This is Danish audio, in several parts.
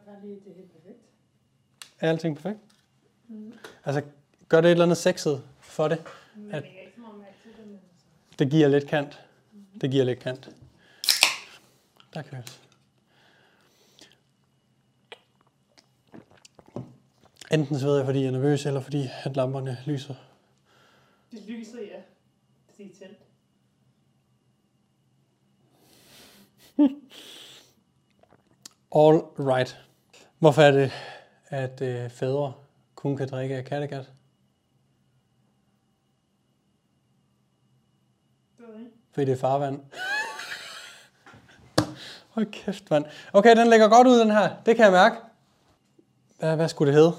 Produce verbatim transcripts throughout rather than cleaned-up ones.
Bare lige, det er helt perfekt. Er alting perfekt? Mm. Altså, gør det et eller andet sexet for det? Men at det er ikke så meget mærke til det, men altså. Det giver lidt kant. Mm. Det giver lidt kant. Der køres. Enten så ved jeg, fordi jeg er nervøs, eller fordi at lamperne lyser. Det lyser, ja. Det er tændt. All right. Hvorfor er det, at øh, fædre kun kan drikke af Kattegat? Det var det. Fordi det er farvand. Hold kæft, mand. Okay, den lægger godt ud, den her. Det kan jeg mærke. Hvad, hvad skulle det hedde?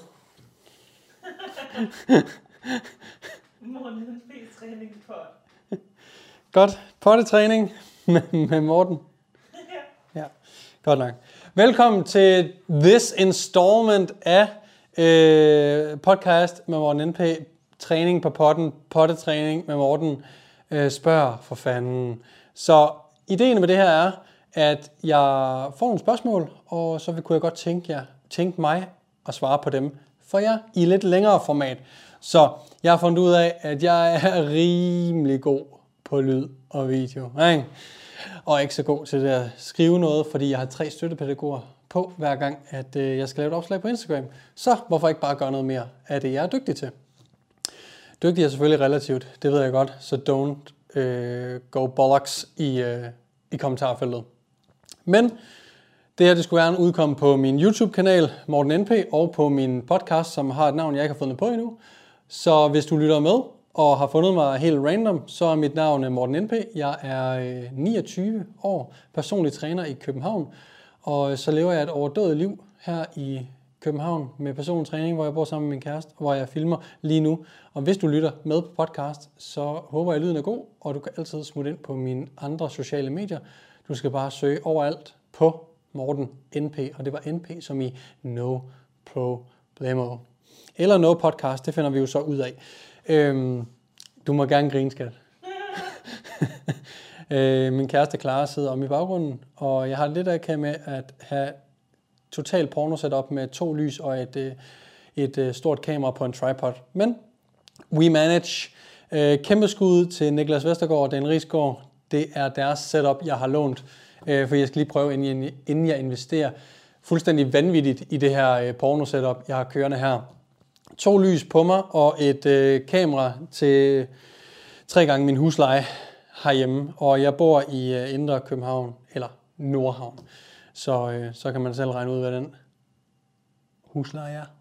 Morten N P træning for. Godt. Pottetræning med, med Morten. Ja, godt nok. Velkommen til this installment af øh, podcast med Morten N P. Træning på potten. Pottetræning med Morten. Øh, spørg for fanden. Så ideen med det her er, at jeg får nogle spørgsmål, og så kunne jeg godt tænke, jer, tænke mig at svare på dem for jer i lidt længere format. Så jeg har fundet ud af, at jeg er rimelig god på lyd og video. Ikke? Og ikke så god til det at skrive noget, fordi jeg har tre støttepædagoger på, hver gang at øh, jeg skal lave et opslag på Instagram. Så hvorfor ikke bare gøre noget mere af det, jeg er dygtig til? Dygtig er selvfølgelig relativt, det ved jeg godt, så don't øh, go bollocks i, øh, i kommentarfeltet. Men det her, det skulle gerne udkomme på min YouTube-kanal, Morten N P, og på min podcast, som har et navn, jeg ikke har fundet på endnu. Så hvis du lytter med og har fundet mig helt random, så er mit navn Morten N P. Jeg er niogtyve år, personlig træner i København, og så lever jeg et overdådigt liv her i København med personlig træning, hvor jeg bor sammen med min kæreste, hvor jeg filmer lige nu. Og hvis du lytter med på podcast, så håber jeg, at lyden er god, og du kan altid smutte ind på mine andre sociale medier. Du skal bare søge overalt på Morten N P, og det var N P som i no problemo. Eller no podcast, det finder vi jo så ud af. Øhm, du må gerne grine, skat. øh, min kæreste Clara sidder om i baggrunden, og jeg har lidt af med at have total porno setup med to lys og et, et, et stort kamera på en tripod. Men we manage. Øh, kæmpe skud til Niklas Vestergaard og Dan Rigsgaard. Det er deres setup, jeg har lånt, øh, for jeg skal lige prøve, inden jeg, inden jeg investerer fuldstændig vanvittigt i det her øh, porno-setup, jeg har kørende her. To lys på mig og et øh, kamera til tre gange min husleje herhjemme. Og jeg bor i øh, Indre København, eller Nordhavn. Så, øh, så kan man selv regne ud, hvad den husleje er.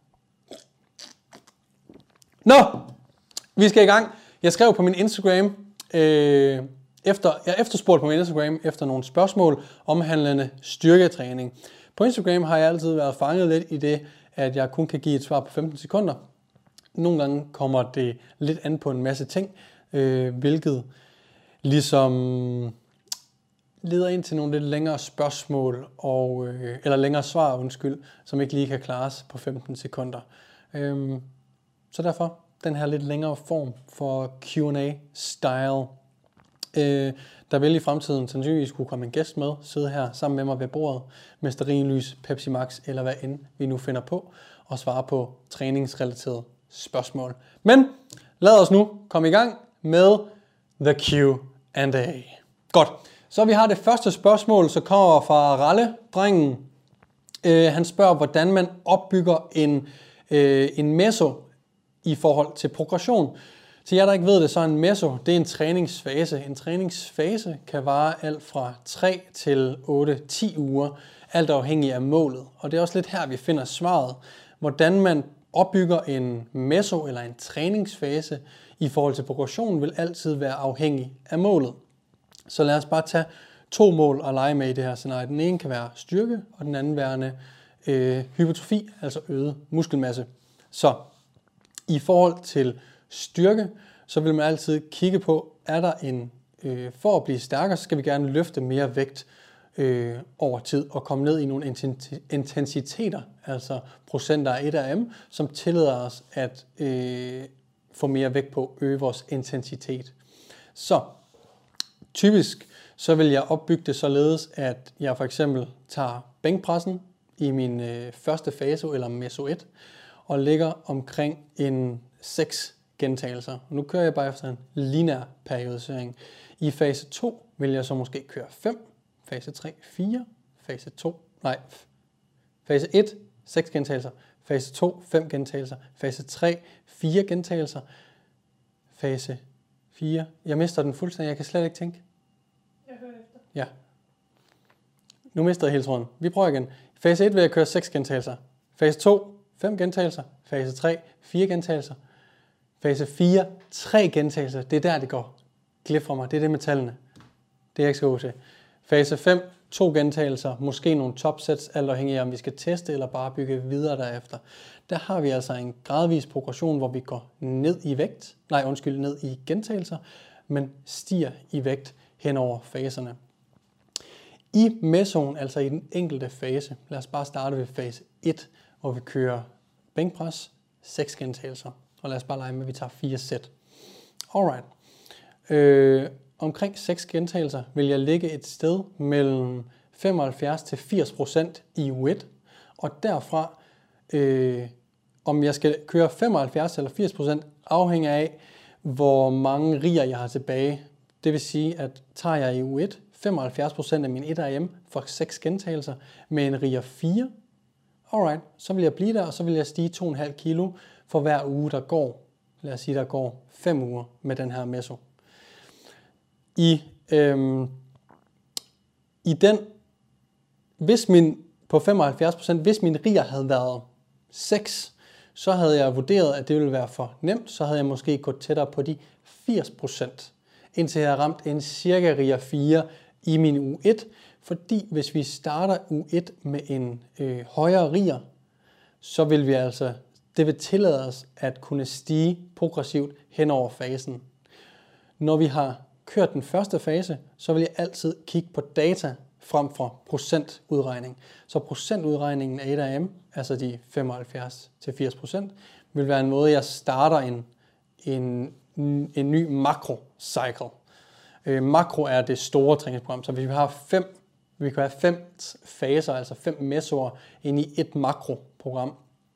Nå, vi skal i gang. Jeg skrev på min Instagram... Øh, Efter, jeg efterspurgte på min Instagram efter nogle spørgsmål omhandlende styrketræning. På Instagram har jeg altid været fanget lidt i det, at jeg kun kan give et svar på femten sekunder. Nogle gange kommer det lidt an på en masse ting, øh, hvilket ligesom leder ind til nogle lidt længere spørgsmål, og, øh, eller længere svar, undskyld, som ikke lige kan klares på femten sekunder. Øh, så derfor den her lidt længere form for Q and A-style. Øh, der vil i fremtiden sandsynligvis kunne komme en gæst med, sidde her sammen med mig ved bordet, med stearinlys, Pepsi Max eller hvad end vi nu finder på, og svare på træningsrelaterede spørgsmål. Men lad os nu komme i gang med the Q and A. Godt, så vi har det første spørgsmål, så kommer fra Ralle, drengen. Øh, han spørger, hvordan man opbygger en, øh, en meso i forhold til progression. Til jer, der ikke ved det, så er en meso, det er en træningsfase. En træningsfase kan vare alt fra tre til otte til ti uger, alt afhængig af målet. Og det er også lidt her, vi finder svaret. Hvordan man opbygger en meso eller en træningsfase i forhold til progression, vil altid være afhængig af målet. Så lad os bare tage to mål og lege med i det her scenarie. Den ene kan være styrke, og den anden værende øh, hypertrofi, altså øget muskelmasse. Så i forhold til styrke, så vil man altid kigge på, er der en, øh, for at blive stærkere, så skal vi gerne løfte mere vægt øh, over tid, og komme ned i nogle intensiteter, altså procenter af et af M, som tillader os at øh, få mere vægt på, øge vores intensitet. Så typisk, så vil jeg opbygge det således, at jeg for eksempel tager bænkpressen i min øh, første fase, eller meso et, og ligger omkring en seks gentagelser. Nu kører jeg bare efter en lineær periodisering. I fase to vil jeg så måske køre fem, fase tre, fire, fase to, nej, fase et, seks gentagelser, fase to, fem gentagelser, fase tre, fire gentagelser, fase fire, jeg mister den fuldstændig, jeg kan slet ikke tænke. Jeg hører efter. Ja. Nu mister jeg hele tråden. Vi prøver igen. Fase et vil jeg køre seks gentagelser. Fase to, fem gentagelser. Fase tre, fire gentagelser. Fase fire, tre gentagelser. Det er der, det går glip fra mig. Det er det med tallene. Det er jeg ikke så god til. Fase fem, to gentagelser. Måske nogle topsets, alt afhængig af, om vi skal teste eller bare bygge videre derefter. Der har vi altså en gradvis progression, hvor vi går ned i vægt. Nej, undskyld, ned i gentagelser, men stiger i vægt hen over faserne. I mesoen, altså i den enkelte fase, lad os bare starte ved fase et, hvor vi kører bænkpres, seks gentagelser. Og lad os bare lege med, at vi tager fire sæt. Alright. Øh, omkring seks gentagelser vil jeg ligge et sted mellem femoghalvfjerds til firs procent i u et. Og derfra, øh, om jeg skal køre femoghalvfjerds eller firs procent, afhænger af, hvor mange riger jeg har tilbage. Det vil sige, at tager jeg i u et femoghalvfjerds procent af min et R M for seks gentagelser med en riger fire, alright, så vil jeg blive der, og så vil jeg stige to komma fem kilo for hver uge, der går. Lad os sige, der går fem uger med den her meso. I, øhm, i den, hvis min, på femoghalvfjerds procent, hvis min riger havde været seks, så havde jeg vurderet, at det ville være for nemt, så havde jeg måske gået tættere på de firs procent, indtil jeg har ramt en cirka riger fire i min u et, fordi hvis vi starter u et med en øh, højere riger, så vil vi altså, det vil tillade os at kunne stige progressivt hen over fasen. Når vi har kørt den første fase, så vil jeg altid kigge på data frem for procentudregning. Så procentudregningen af et R M, altså de femoghalvfjerds til firs procent, vil være en måde, jeg starter en, en, en ny makro-cycle. Øh, makro er det store træningsprogram, så hvis vi har fem, vi kan have fem faser, altså fem mesoer inde i et makroprogram,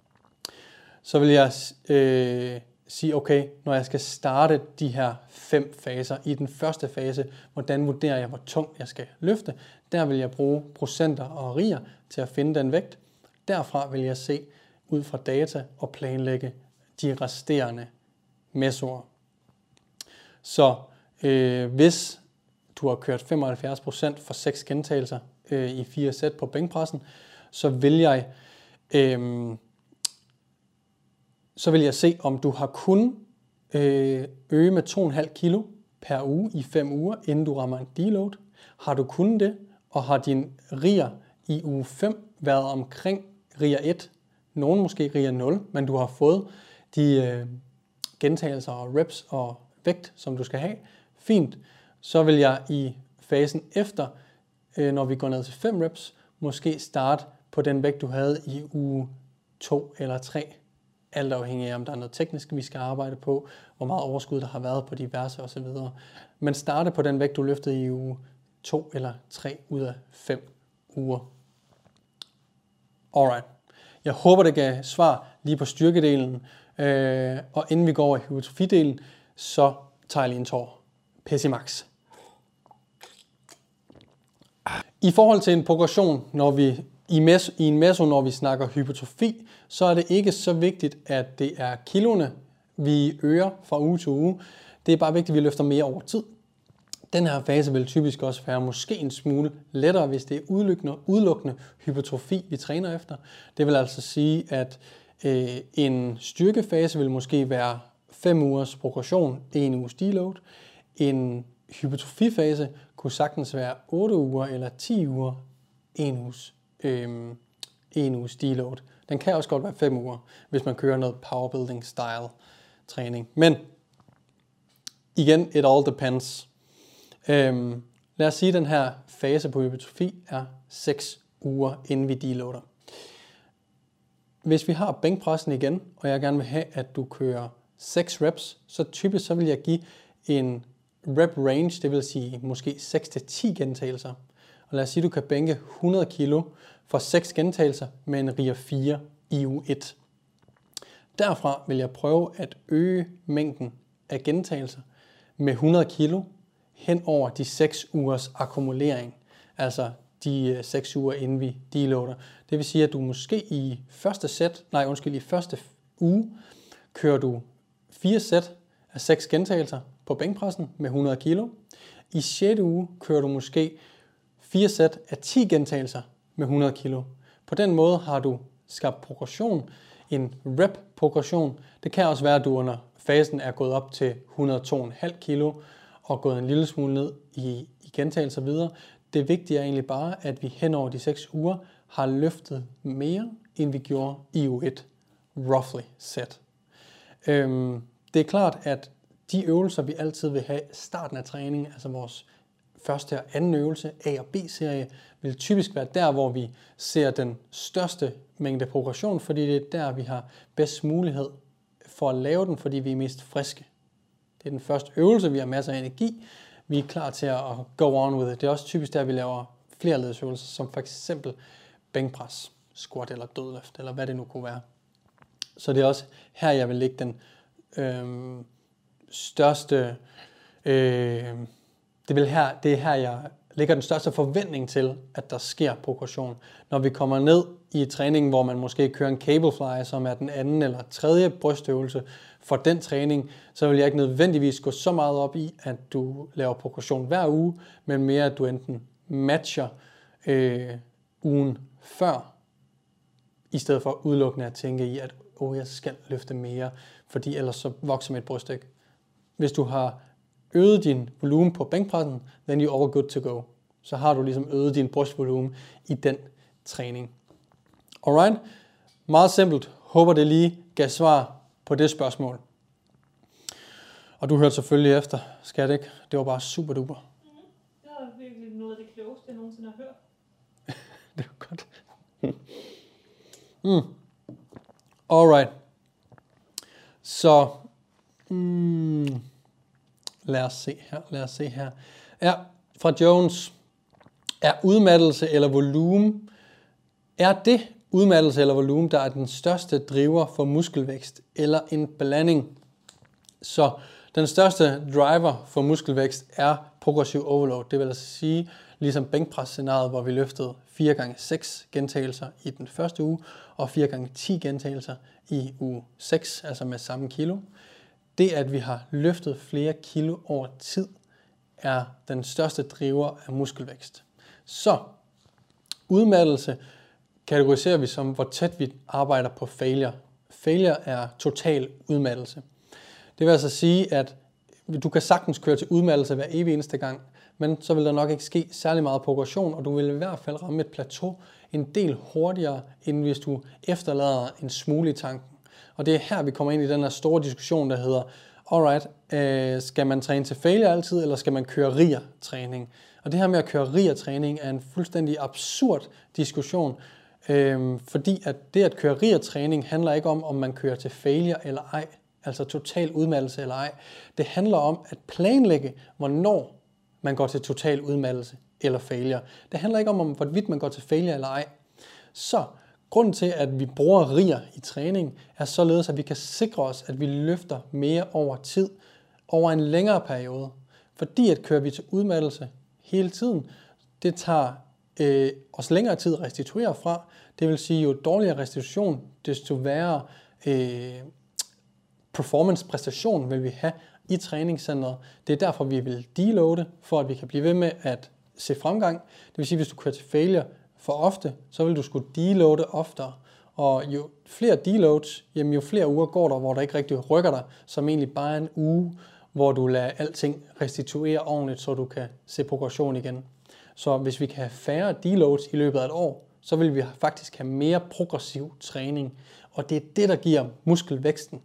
så vil jeg øh, sige, okay, når jeg skal starte de her fem faser, i den første fase, hvordan vurderer jeg, hvor tungt jeg skal løfte, der vil jeg bruge procenter og riger til at finde den vægt. Derfra vil jeg se ud fra data og planlægge de resterende mesoer. Så øh, hvis du har kørt femoghalvfjerds procent for seks gentagelser øh, i fire sæt på bænkpressen, så vil jeg øh, så vil jeg se, om du har kun øh, øge med to komma fem kilo per uge i fem uger, inden du rammer en deload. Har du kun det, og har din riger i uge fem været omkring riger et, nogen måske riger nul, men du har fået de øh, gentagelser og reps og vægt, som du skal have, fint, så vil jeg i fasen efter, øh, når vi går ned til fem reps, måske starte på den vægt, du havde i uge to eller tre. Alt afhængig af, om der er noget teknisk, vi skal arbejde på, hvor meget overskud der har været på diverse osv. Men starte på den vægt, du løftede i uge to eller tre ud af fem uger. Alright. Jeg håber, det gav svar lige på styrkedelen. Øh, og inden vi går over i hypertrofidelen, så tager jeg lige en tår. Pessimax. I forhold til en progression, når vi I, mes, I en meso, når vi snakker hypertrofi, så er det ikke så vigtigt, at det er kiloene, vi øger fra uge til uge. Det er bare vigtigt, at vi løfter mere over tid. Den her fase vil typisk også være måske en smule lettere, hvis det er udelukkende, udelukkende hypertrofi, vi træner efter. Det vil altså sige, at øh, en styrkefase vil måske være fem ugers progression, en uges deload. En hypertrofifase kunne sagtens være otte uger eller ti uger, en uges Øhm, en uges deload. Den kan også godt være fem uger, hvis man kører noget powerbuilding style træning. Men igen, it all depends. Øhm, lad os sige, at den her fase på hypertrofi er seks uger, inden vi deloader. Hvis vi har bænkpressen igen, og jeg gerne vil have, at du kører seks reps, så typisk så vil jeg give en rep range, det vil sige måske seks til ti gentagelser. Og Og lad os sige, at du kan bænke hundrede kilo for seks gentagelser med en R I A fire i uge et. Derfra vil jeg prøve at øge mængden af gentagelser med hundrede kilo hen over de seks ugers akkumulering. Altså de seks uger inden vi deloader. Det vil sige, at du måske i første sæt, nej undskyld, i første uge kører du fire sæt af seks gentagelser på bænkpressen med hundrede kilo. I sjette uge kører du måske fire sæt af ti gentagelser med hundrede kilo. På den måde har du skabt progression, en rep-progression. Det kan også være, at du under fasen er gået op til et hundrede og to komma fem kilo og gået en lille smule ned i, i gentagelser videre. Det vigtige er egentlig bare, at vi hen over de seks uger har løftet mere, end vi gjorde i uge et, roughly set. Øhm, det er klart, at de øvelser, vi altid vil have i starten af træningen, altså vores første og anden øvelse, A og B-serie, vil typisk være der, hvor vi ser den største mængde progression, fordi det er der, vi har bedst mulighed for at lave den, fordi vi er mest friske. Det er den første øvelse, vi har masser af energi, vi er klar til at go on with it. Det er også typisk der, vi laver flere ledelsesøvelser, som for eksempel bænkpres, squat eller dødløft, eller hvad det nu kunne være. Så det er også her, jeg vil lægge den øh, største, øh, det, vil her, det er her, jeg lægger den største forventning til, at der sker progression. Når vi kommer ned i træningen, hvor man måske kører en cablefly, som er den anden eller tredje brystøvelse for den træning, så vil jeg ikke nødvendigvis gå så meget op i, at du laver progression hver uge, men mere, at du enten matcher øh, ugen før, i stedet for udelukkende at tænke i, at oh, jeg skal løfte mere, fordi ellers så vokser mit bryst ikke. Hvis du har øget din volumen på bænkpressen, then you're all good to go. Så har du ligesom øget din brystvolumen i den træning. Alright? Meget simpelt. Håber det lige gav svar på det spørgsmål. Og du hørte selvfølgelig efter, skal det ikke? Det var bare super duper. Mm. Det var virkelig noget af det klogeste, jeg nogensinde har hørt. Det var godt. mm. Alright. Så mm, lad os se her. Lad os se her. Ja, fra Jones. Er udmattelse eller volumen, er det udmattelse eller volumen, der er den største driver for muskelvækst, eller en blanding? Så den største driver for muskelvækst er progressiv overload. Det vil altså sige, ligesom bænkpres-scenariet, hvor vi løftede fire gange seks gentagelser i den første uge, og fire gange ti gentagelser i uge seks, altså med samme kilo. Det, at vi har løftet flere kilo over tid, er den største driver af muskelvækst. Så udmattelse kategoriserer vi som, hvor tæt vi arbejder på failure. Failure er total udmattelse. Det vil altså sige, at du kan sagtens køre til udmattelse hver evig eneste gang, men så vil der nok ikke ske særlig meget progression, og du vil i hvert fald ramme et plateau en del hurtigere, end hvis du efterlader en smule i tanken. Og det er her, vi kommer ind i den her store diskussion, der hedder, alright, øh, skal man træne til failure altid, eller skal man køre R I A-træning? Og det her med at køre R I A-træning er en fuldstændig absurd diskussion, øh, fordi at det at køre R I A-træning handler ikke om, om man kører til failure eller ej, altså total udmattelse eller ej. Det handler om at planlægge, hvornår man går til total udmattelse eller failure. Det handler ikke om, om hvorvidt man går til failure eller ej. Så grunden til, at vi bruger R I A i træning, er således, at vi kan sikre os, at vi løfter mere over tid, over en længere periode. Fordi at kører vi til udmattelse hele tiden, det tager øh, os længere tid at restituere fra. Det vil sige, jo dårligere restitution, desto værre øh, performance-præstation vil vi have i træningscenteret. Det er derfor, vi vil deloade, for at vi kan blive ved med at se fremgang. Det vil sige, hvis du kører til failure for ofte, så vil du skulle deloade oftere. Og jo flere deloads, jamen jo flere uger går der, hvor der ikke rigtig rykker dig, som egentlig bare en uge, hvor du lader alting restituere ordentligt, så du kan se progression igen. Så hvis vi kan have færre deloads i løbet af et år, så vil vi faktisk have mere progressiv træning. Og det er det, der giver muskelvæksten.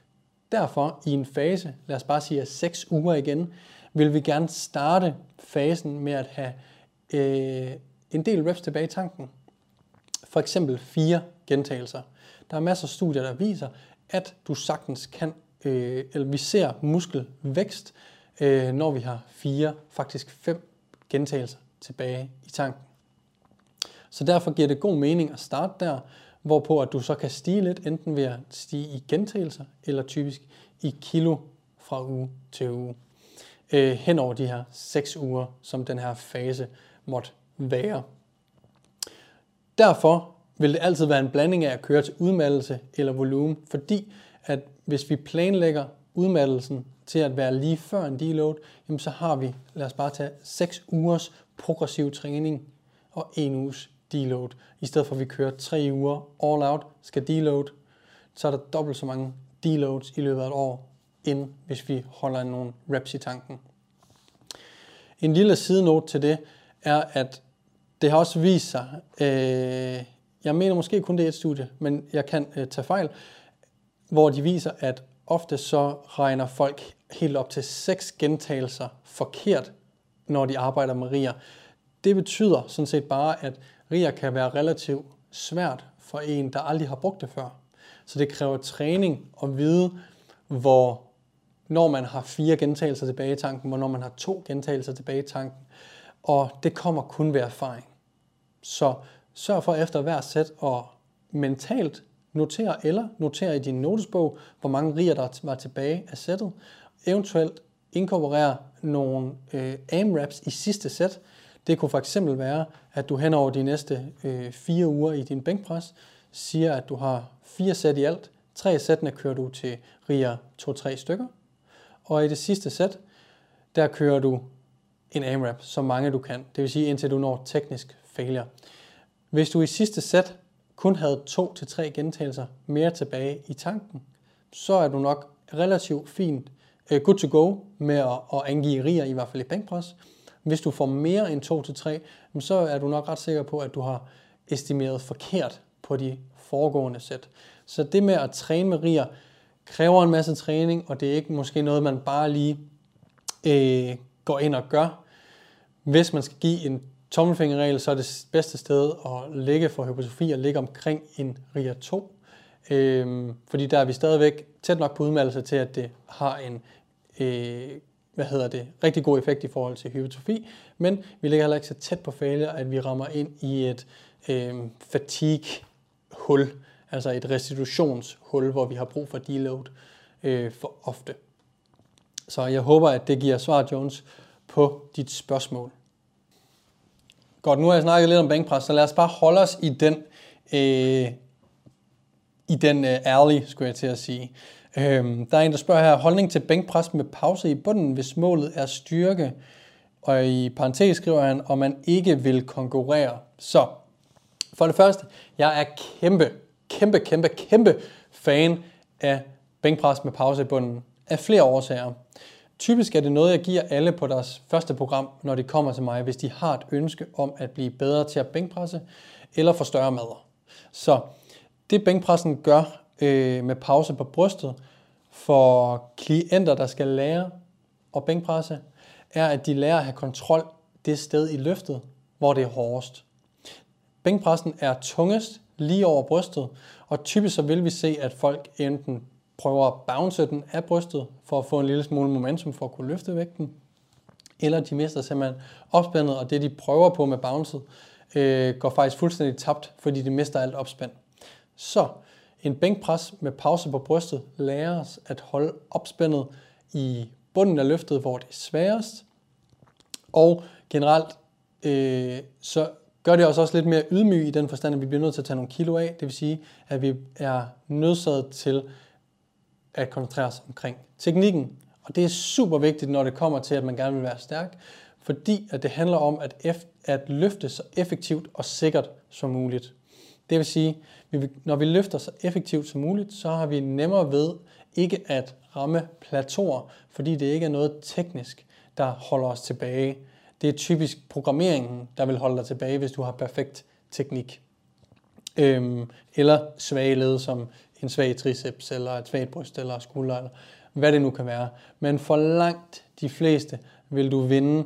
Derfor i en fase, lad os bare sige seks uger igen, vil vi gerne starte fasen med at have øh, en del reps tilbage i tanken. For eksempel fire gentagelser. Der er masser af studier, der viser, at du sagtens kan, øh, eller vi ser muskelvækst, øh, når vi har fire, faktisk fem gentagelser tilbage i tanken. Så derfor giver det god mening at starte der, hvorpå at du så kan stige lidt, enten ved at stige i gentagelser, eller typisk i kilo fra uge til uge, øh, hen over de her seks uger, som den her fase måtte være. Derfor vil det altid være en blanding af at køre til udmattelse eller volumen, fordi at hvis vi planlægger udmattelsen til at være lige før en deload, jamen så har vi, lad os bare tage seks ugers progressiv træning og en uges deload. I stedet for at vi kører tre uger all out, skal deload, så er der dobbelt så mange deloads i løbet af et år, end hvis vi holder nogle reps i tanken. En lille sidenote til det er, at det har også vist sig, øh, jeg mener måske kun det er et studie, men jeg kan øh, tage fejl, hvor de viser, at ofte så regner folk helt op til seks gentagelser forkert, når de arbejder med R I A. Det betyder sådan set bare, at R I A kan være relativt svært for en, der aldrig har brugt det før. Så det kræver træning at vide, hvor når man har fire gentagelser tilbage i tanken, hvornår man har to gentagelser tilbage i tanken. Og det kommer kun ved erfaring. Så sørg for efter hver sæt at mentalt notere eller notere i din notesbog, hvor mange R I A der var tilbage af sættet. Eventuelt inkorporere nogle øh, A M reps i sidste sæt. Det kunne for eksempel være, at du hen over de næste øh, fire uger i din bænkpres siger, at du har fire sæt i alt. Tre af sættene kører du til R I A to tre stykker. Og i det sidste sæt, der kører du en A M rep, så mange du kan. Det vil sige, indtil du når teknisk failure. Hvis du i sidste sæt kun havde to til tre gentagelser mere tilbage i tanken, så er du nok relativt fint uh, good to go med at, at angive R I A, i hvert fald i bænkpres. Hvis du får mere end to til tre, så er du nok ret sikker på, at du har estimeret forkert på de foregående sæt. Så det med at træne med R I A kræver en masse træning, og det er ikke måske noget, man bare lige øh, går ind og gør. Hvis man skal give en tommelfingerregel, så er det bedste sted at ligge for hypertrofi og ligge omkring en R I A to. Øh, fordi der er vi stadigvæk tæt nok på udmattelse til, at det har en øh, hvad hedder det, rigtig god effekt i forhold til hypertrofi, men vi ligger heller ikke så tæt på failure, at vi rammer ind i et øh, fatigue-hul, altså et restitutionshul, hvor vi har brug for deload øh, for ofte. Så jeg håber, at det giver svar, Jones, på dit spørgsmål. Godt, nu har jeg snakket lidt om bænkpres, så lad os bare holde os i den, øh, i den øh, alley, skulle jeg til at sige. Øh, der er en, der spørger her, holdning til bænkpres med pause i bunden, hvis målet er styrke, og i parentes skriver han, om man ikke vil konkurrere. Så, for det første, jeg er kæmpe, kæmpe, kæmpe, kæmpe fan af bænkpres med pause i bunden, af flere årsager. Typisk er det noget, jeg giver alle på deres første program, når de kommer til mig, hvis de har et ønske om at blive bedre til at bænkpresse eller få større madder. Så det bænkpressen gør øh, med pause på brystet for klienter, der skal lære at bænkpresse, er, at de lærer at have kontrol det sted i løftet, hvor det er hårdest. Bænkpressen er tungest lige over brystet, og typisk så vil vi se, at folk enten prøver at bounce den af brystet, for at få en lille smule momentum for at kunne løfte vægten, eller de mister simpelthen opspændet, og det de prøver på med bouncet, øh, går faktisk fuldstændig tabt, fordi de mister alt opspænd. Så en bænkpres med pause på brystet lærer os at holde opspændet i bunden af løftet, hvor det er sværest, og generelt øh, så gør det os også lidt mere ydmyge i den forstand, at vi bliver nødt til at tage nogle kilo af, det vil sige, at vi er nødsaget til at koncentrere os omkring teknikken. Og det er super vigtigt, når det kommer til, at man gerne vil være stærk, fordi at det handler om at, eff- at løfte så effektivt og sikkert som muligt. Det vil sige, at når vi løfter så effektivt som muligt, så har vi nemmere ved ikke at ramme plateauer, fordi det ikke er noget teknisk, der holder os tilbage. Det er typisk programmeringen, der vil holde dig tilbage, hvis du har perfekt teknik. Øhm, eller svage led som en svag triceps, eller et svagt bryst, eller skulder, eller hvad det nu kan være. Men for langt de fleste vil du vinde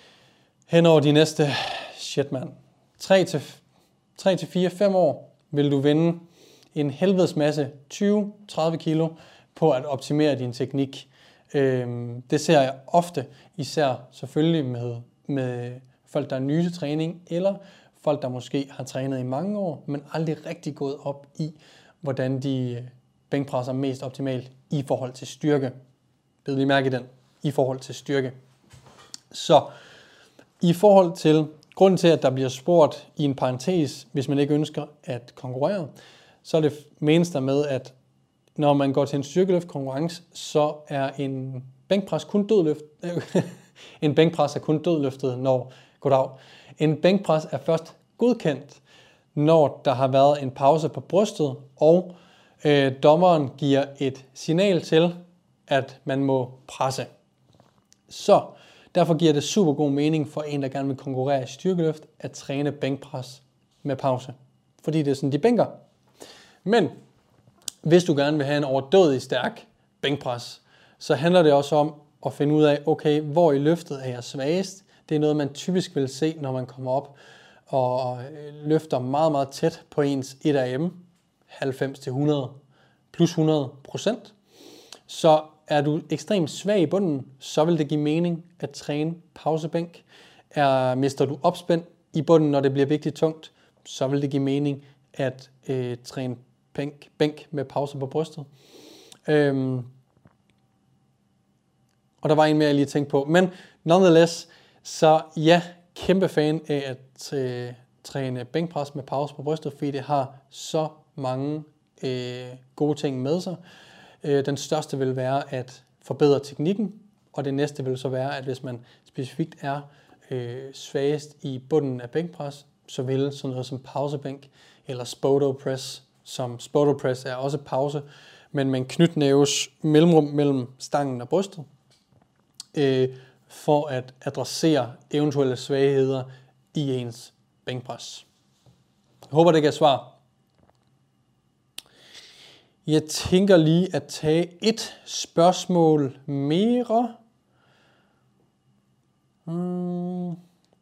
hen over de næste, shit man, tre til fire fem år, vil du vinde en helvedes masse, tyve til tredive kilo, på at optimere din teknik. Øhm, det ser jeg ofte, især selvfølgelig med, med folk, der er nye til træning, eller folk, der måske har trænet i mange år, men aldrig rigtig gået op i, hvordan de bænkpresser mest optimalt i forhold til styrke. Bed lige mærke i den, i forhold til styrke. Så i forhold til, grunden til, at der bliver spurgt i en parentes, hvis man ikke ønsker at konkurrere, så er det menes der med, at når man går til en styrkeløftkonkurrence, så er en bænkpres kun dødløft. en bænkpres er kun dødløftet, når goddag. En bænkpres er først godkendt, når der har været en pause på brystet, og øh, dommeren giver et signal til, at man må presse. Så derfor giver det super god mening for en, der gerne vil konkurrere i styrkeløft, at træne bænkpres med pause. Fordi det er sådan, de bænker. Men hvis du gerne vil have en overdådig stærk bænkpres, så handler det også om at finde ud af, okay, hvor i løftet er jeg svagest. Det er noget, man typisk vil se, når man kommer op og løfter meget, meget tæt på ens et R M, halvfems til hundrede, plus hundrede procent. Så er du ekstremt svag i bunden, så vil det give mening at træne pausebænk. Er, mister du opspænd i bunden, når det bliver vigtigt tungt, så vil det give mening at øh, træne bænk, bænk med pause på brystet. Øhm, og der var en mere, jeg lige tænkte på. Men nonetheless, så ja, kæmpe fan af at øh, træne bænkpres med pause på brystet, fordi det har så mange øh, gode ting med sig. Øh, den største vil være at forbedre teknikken, og det næste vil så være, at hvis man specifikt er øh, svagest i bunden af bænkpres, så vil sådan noget som pausebænk eller Spoto press, som Spoto press er også pause, men med en knytnæves mellemrum mellem stangen og brystet, øh, for at adressere eventuelle svagheder i ens bænkpres. Jeg håber, det kan svare. Jeg tænker lige at tage et spørgsmål mere. Hmm.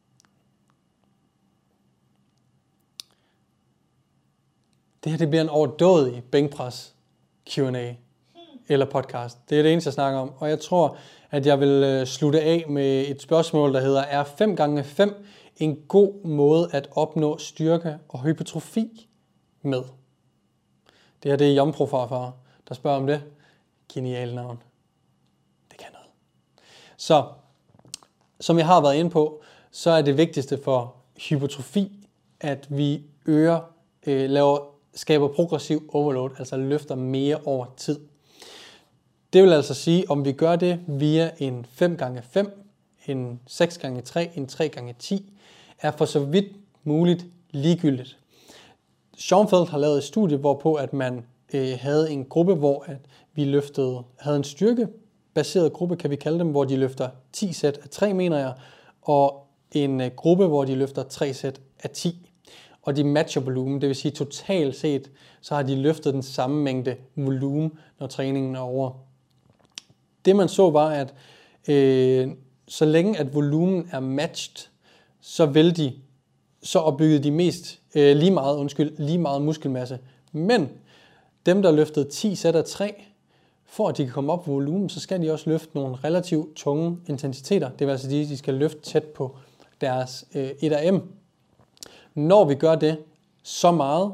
Det her det bliver en overdådig bænkpres Q and A eller podcast. Det er det eneste, jeg snakker om. Og jeg tror, at jeg vil slutte af med et spørgsmål, der hedder, er fem gange fem en god måde at opnå styrke og hypertrofi med? Det her det er Jomfru Farfar, der spørger om det. Genial navn. Det kan noget. Så, som jeg har været inde på, så er det vigtigste for hypertrofi, at vi øger, øh, laver, skaber progressiv overload, altså løfter mere over tid. Det vil altså sige, om vi gør det via en fem gange fem, en seks gange tre, en tre gange ti, er for så vidt muligt ligegyldigt. Schoenfeld har lavet et studie, hvorpå at man øh, havde en gruppe, hvor at vi løftede, havde en styrkebaseret gruppe, kan vi kalde dem, hvor de løfter ti sæt af tre, mener jeg, og en øh, gruppe, hvor de løfter tre sæt af ti. Og de matcher volumen, det vil sige totalt set, så har de løftet den samme mængde volumen, når træningen er over. Det man så var, at øh, så længe at volumen er matched, så vil de, så opbyggede de mest øh, lige meget, undskyld, lige meget muskelmasse. Men dem, der løftede ti sæt af tre, for at de kan komme op på volumen, så skal de også løfte nogle relativt tunge intensiteter. Det vil altså sige, at de skal løfte tæt på deres øh, et R M. Når vi gør det så meget,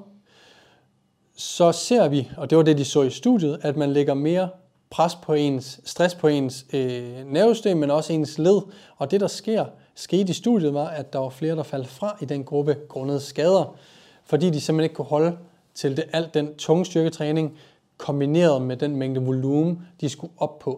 så ser vi, og det var det, de så i studiet, at man lægger mere pres på ens, stress på ens øh, nervesystem, men også ens led. Og det, der sker, skete i studiet, var, at der var flere, der faldt fra i den gruppe grundet skader, fordi de simpelthen ikke kunne holde til det, alt den tunge styrketræning, kombineret med den mængde volumen, de skulle op på.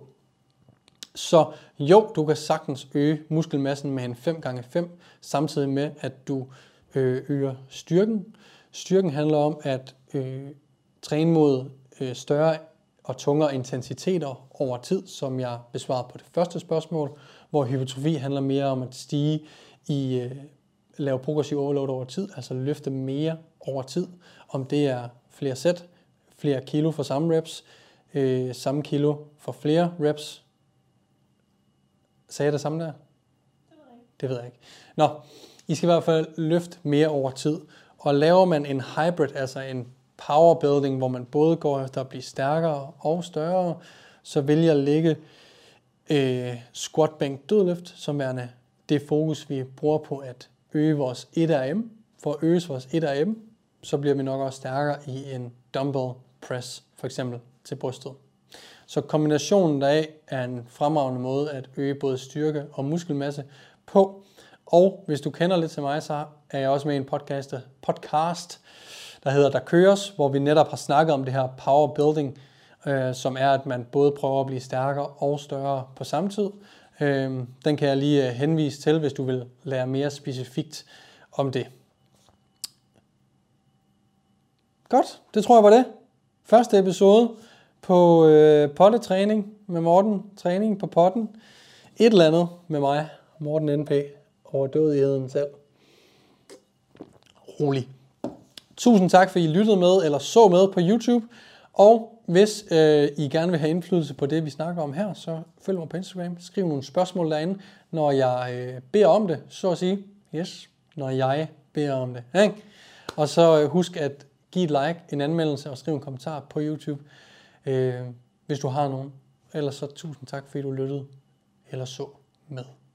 Så jo, du kan sagtens øge muskelmassen med en fem gange fem, samtidig med, at du øh, øger styrken. Styrken handler om at øh, træne mod øh, større og tungere intensiteter over tid, som jeg besvarede på det første spørgsmål, hvor hypertrofi handler mere om at stige i øh, lave progressiv overload over tid, altså løfte mere over tid, om det er flere sæt, flere kilo for samme reps, øh, samme kilo for flere reps. Sagde jeg det samme der? Det ved jeg ikke. Det ved jeg ikke. Nå, I skal i hvert fald løfte mere over tid, og laver man en hybrid, altså en powerbuilding, hvor man både går efter at blive stærkere og større, så vil jeg lægge øh, squat, bænk, dødløft som værende det fokus, vi bruger på at øge vores et R M. For at øge vores et R M, så bliver vi nok også stærkere i en dumbbell press, for eksempel til brystet. Så kombinationen deraf er en fremragende måde at øge både styrke og muskelmasse på. Og hvis du kender lidt til mig, så er jeg også med i en podcast, podcast der hedder Der Køres, hvor vi netop har snakket om det her power building, øh, som er, at man både prøver at blive stærkere og større på samme tid. Øh, den kan jeg lige henvise til, hvis du vil lære mere specifikt om det. Godt, det tror jeg var det. Første episode på øh, pottetræning med Morten. Træning på potten. Et eller andet med mig, Morten N P, over dødigheden selv. Rolig. Tusind tak, for I lyttede med eller så med på YouTube. Og hvis øh, I gerne vil have indflydelse på det, vi snakker om her, så følg mig på Instagram. Skriv nogle spørgsmål derinde, når jeg øh, beder om det, så at sige. Yes, når jeg beder om det. Ja? Og så øh, husk at give et like, en anmeldelse og skriv en kommentar på YouTube, øh, hvis du har nogen. Ellers så tusind tak, fordi du lyttede eller så med.